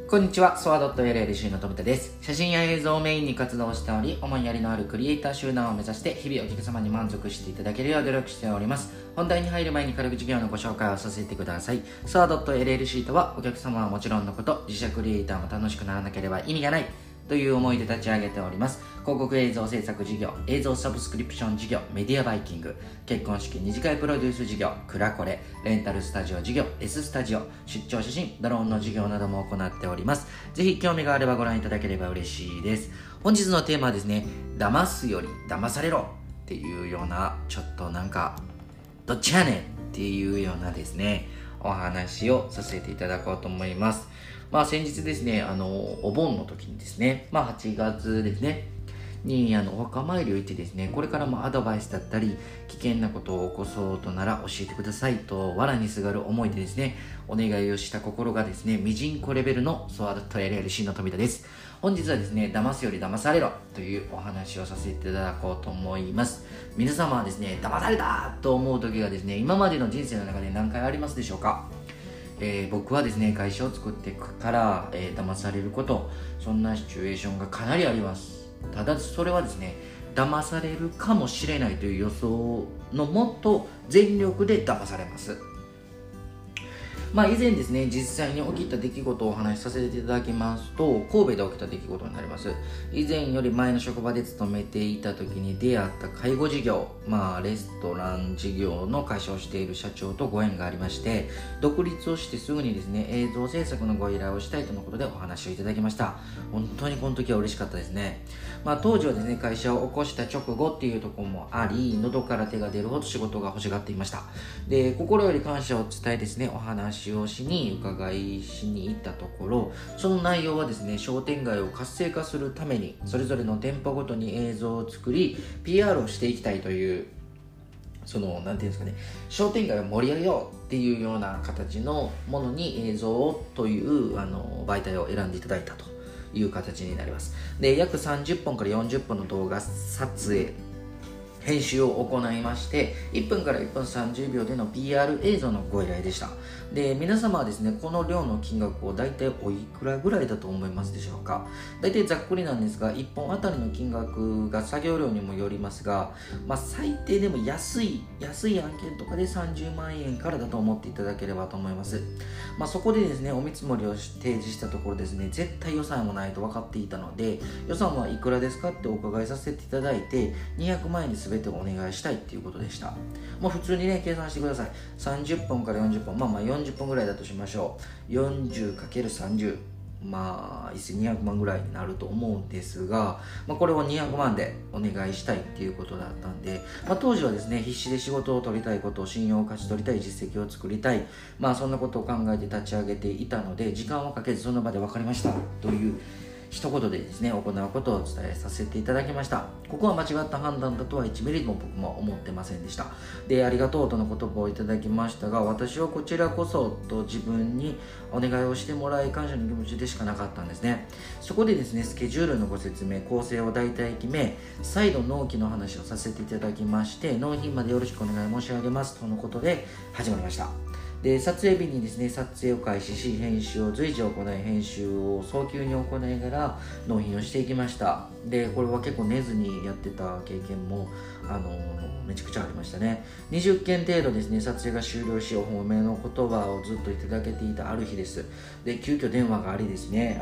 こんにちは、ソワ .llc の富田です。写真や映像をメインに活動しており、思いやりのあるクリエイター集団を目指して日々お客様に満足していただけるよう努力しております。本題に入る前に軽く事業のご紹介をさせてください。ソワ .llc とはお客様はもちろんのこと、自社クリエイターも楽しくならなければ意味がないという思いで立ち上げております。広告映像制作事業、映像サブスクリプション事業、メディアバイキング、結婚式二次会プロデュース事業、クラコレ、レンタルスタジオ事業、S スタジオ、出張写真、ドローンの事業なども行っております。ぜひ興味があればご覧いただければ嬉しいです。本日のテーマはですね、騙すより騙されろっていうような、ちょっとなんかどっちやねんっていうようなですね、お話をさせていただこうと思います。先日ですね、お盆の時にですね、8月ですね、にお墓参りを行ってですね、これからもアドバイスだったり危険なことを起こそうとなら教えてくださいと藁にすがる思いでですね、お願いをした心がですね、ミジンコレベルのソワード LLC の富田です。本日はですね、騙すより騙されろというお話をさせていただこうと思います。皆様はですね、騙されたと思う時がですね、今までの人生の中で何回ありますでしょうか？僕はですね、会社を作ってから、騙されること、そんなシチュエーションがかなりあります。ただそれはですね、騙されるかもしれないという予想のもと全力で騙されます。以前ですね、実際に起きた出来事をお話しさせていただきますと、神戸で起きた出来事になります。以前より前の職場で勤めていた時に出会った介護事業、レストラン事業の会社をしている社長とご縁がありまして、独立をしてすぐにですね、映像制作のご依頼をしたいとのことでお話をいただきました。本当にこの時は嬉しかったですね。当時はですね、会社を起こした直後っていうところもあり、喉から手が出るほど仕事が欲しがっていました。で、心より感謝を伝えですね、お話をしに伺いしに行ったところ、その内容はですね、商店街を活性化するためにそれぞれの店舗ごとに映像を作り PR をしていきたいという、なんていうんですかね、商店街を盛り上げようっていうような形のものに映像をという媒体を選んでいただいたという形になります。で、約30本から40本の動画撮影編集を行いまして、1分から1分30秒での PR 映像のご依頼でした。で、皆様はですね、この量の金額を大体おいくらぐらいだと思いますでしょうか？大体ざっくりなんですが、1本あたりの金額が作業量にもよりますが、最低でも安い案件とかで30万円からだと思っていただければと思います。そこでですね、お見積もりを提示したところですね、絶対予算もないと分かっていたので、予算はいくらですかってお伺いさせていただいて、200万円で全てお願いしたいっていうことでした。普通にね、計算してください。30本から40本、40本ぐらいだとしましょう。40×30、1200万ぐらいになると思うんですが、これを200万でお願いしたいっていうことだったんで、当時はですね、必死で仕事を取りたいこと、信用を勝ち取りたい、実績を作りたい、そんなことを考えて立ち上げていたので、時間をかけずその場で分かりましたという一言でですね、行うことをお伝えさせていただきました。ここは間違った判断だとは1ミリも僕も思ってませんでした。で、ありがとうとの言葉をいただきましたが、私はこちらこそと自分にお願いをしてもらい感謝の気持ちでしかなかったんですね。そこでですね、スケジュールのご説明、構成を大体決め、再度納期の話をさせていただきまして、納品までよろしくお願い申し上げますとのことで始まりました。で、撮影日にですね、撮影を開始し、編集を随時行い、編集を早急に行いながら納品をしていきました。で、これは結構寝ずにやってた経験もめちゃくちゃありましたね。20件程度ですね、撮影が終了し、お褒めの言葉をずっといただけていたある日です。で、急遽電話がありですね、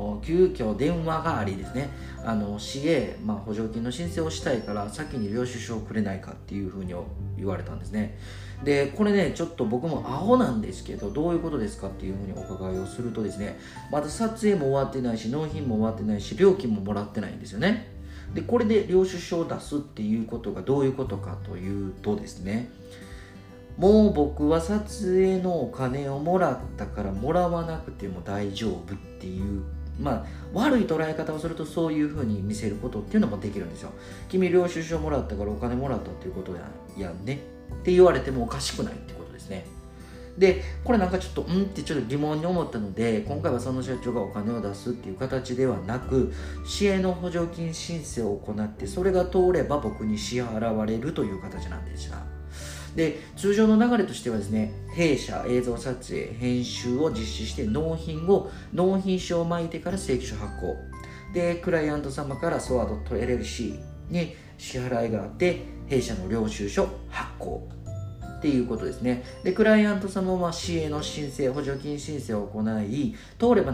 市へ、補助金の申請をしたいから先に領収書をくれないかっていうふうに言われたんですね。で、これね、ちょっと僕もアホなんですけど、どういうことですかっていうふうにお伺いをするとですね、まだ撮影も終わってないし、納品も終わってないし、料金ももらってないんですよね。で、これで領収書を出すっていうことがどういうことかというとですね、もう僕は撮影のお金をもらったからもらわなくても大丈夫っていう、悪い捉え方をするとそういう風に見せることっていうのもできるんですよ。君領収書もらったからお金もらったっていうことやんねって言われてもおかしくないってことですね。で、これなんかちょっとってちょっと疑問に思ったので、今回はその社長がお金を出すっていう形ではなく、市への補助金申請を行って、それが通れば僕に支払われるという形なんでした。 で、通常の流れとしてはですね、弊社映像撮影編集を実施して納品書を巻いてから請求書発行で、クライアント様から SOA.LLC に支払いがあって弊社の領収書発行っていうことですね。で、クライアント様は市営の申請、補助金申請を行い、通れば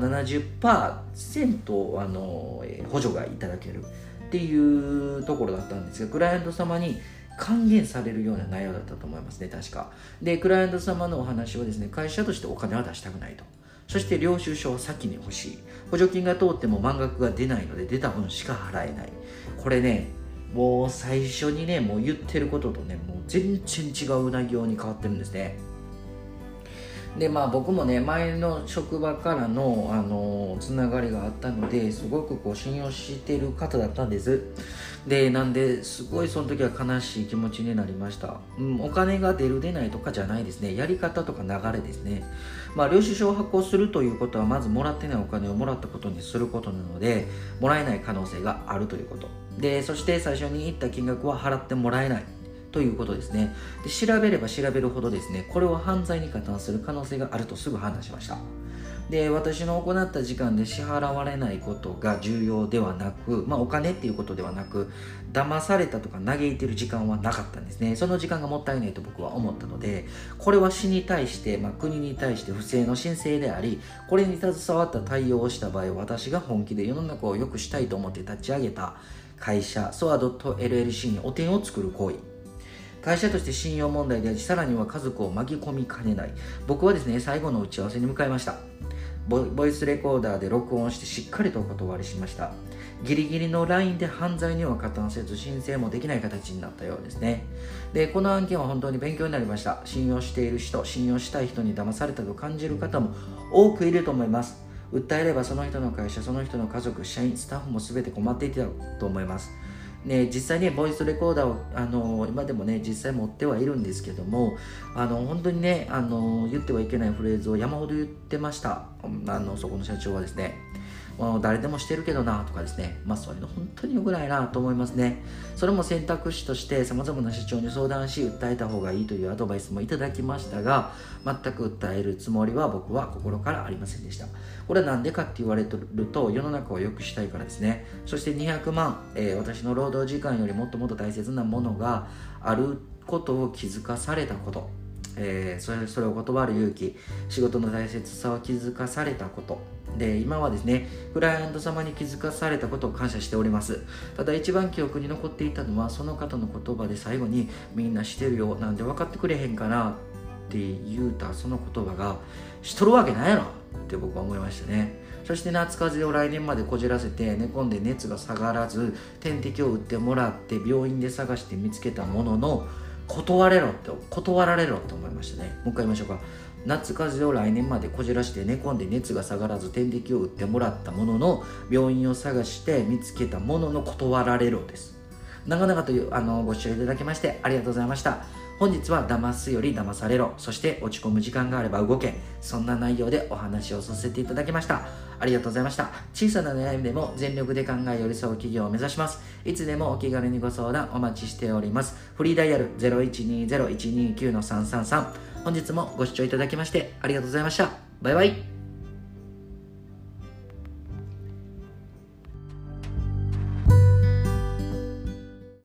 70% 補助がいただけるっていうところだったんですが、クライアント様に還元されるような内容だったと思いますね、確か。で、クライアント様のお話はですね、会社としてお金は出したくないと。そして領収書を先に欲しい。補助金が通っても満額が出ないので、出た分しか払えない。これね、もう最初にね、もう言ってることとね、もう全然違う内容に変わってるんですね。で、僕もね、前の職場からの、つながりがあったので、すごくこう信用してる方だったんです。で、なんで、すごいその時は悲しい気持ちになりました。お金が出る出ないとかじゃないですね。やり方とか流れですね。領収書を発行するということは、まずもらってないお金をもらったことにすることなので、もらえない可能性があるということ。で、そして最初に言った金額は払ってもらえない。ということですね。で、調べれば調べるほどですね、これは犯罪に加担する可能性があるとすぐ判断しました。で、私の行った時間で支払われないことが重要ではなく、お金っていうことではなく、騙されたとか嘆いてる時間はなかったんですね。その時間がもったいないと僕は思ったので、これは市に対して、国に対して不正の申請であり、これに携わった対応をした場合、私が本気で世の中を良くしたいと思って立ち上げた会社、SOA.LLC に汚点を作る行為。会社として信用問題であり、さらには家族を巻き込みかねない。僕はですね、最後の打ち合わせに向かいました。ボイスレコーダーで録音してしっかりとお断りしました。ギリギリのラインで犯罪には加担せず、申請もできない形になったようですね。で、この案件は本当に勉強になりました。信用している人、信用したい人に騙されたと感じる方も多くいると思います。訴えればその人の会社、その人の家族、社員、スタッフも全て困っていたと思います。ね、実際にボイスレコーダーを今でもね実際持ってはいるんですけども、本当にね言ってはいけないフレーズを山ほど言ってました。そこの社長はですね、誰でもしてるけどなとかですね、そういうの本当に良くないなと思いますね。それも選択肢として様々な社長に相談し訴えた方がいいというアドバイスもいただきましたが、全く訴えるつもりは僕は心からありませんでした。これはなんでかって言われると、世の中を良くしたいからですね。そして200万、私の労働時間よりもっともっと大切なものがあることを気づかされたこと、それを断る勇気、仕事の大切さを気づかされたことで、今はですねクライアント様に気づかされたことを感謝しております。ただ一番記憶に残っていたのは、その方の言葉で最後にみんなしてるよ、なんで分かってくれへんかなって言うたその言葉が、しとるわけないやろって僕は思いましたね。そして夏風邪を来年までこじらせて寝込んで熱が下がらず点滴を打ってもらって病院で探して見つけたものの、断られろって思いましたね。もう一回言いましょうか。夏風邪を来年までこじらして寝込んで熱が下がらず点滴を打ってもらったものの、病院を探して見つけたものの断られろです。長々とご視聴いただきましてありがとうございました。本日は騙すより騙されろ、そして落ち込む時間があれば動け、そんな内容でお話をさせていただきました。ありがとうございました。小さな悩みでも全力で考え寄り添う企業を目指します。いつでもお気軽にご相談お待ちしております。フリーダイヤル 0120-129-333。本日もご視聴いただきましてありがとうございました。バイバイ。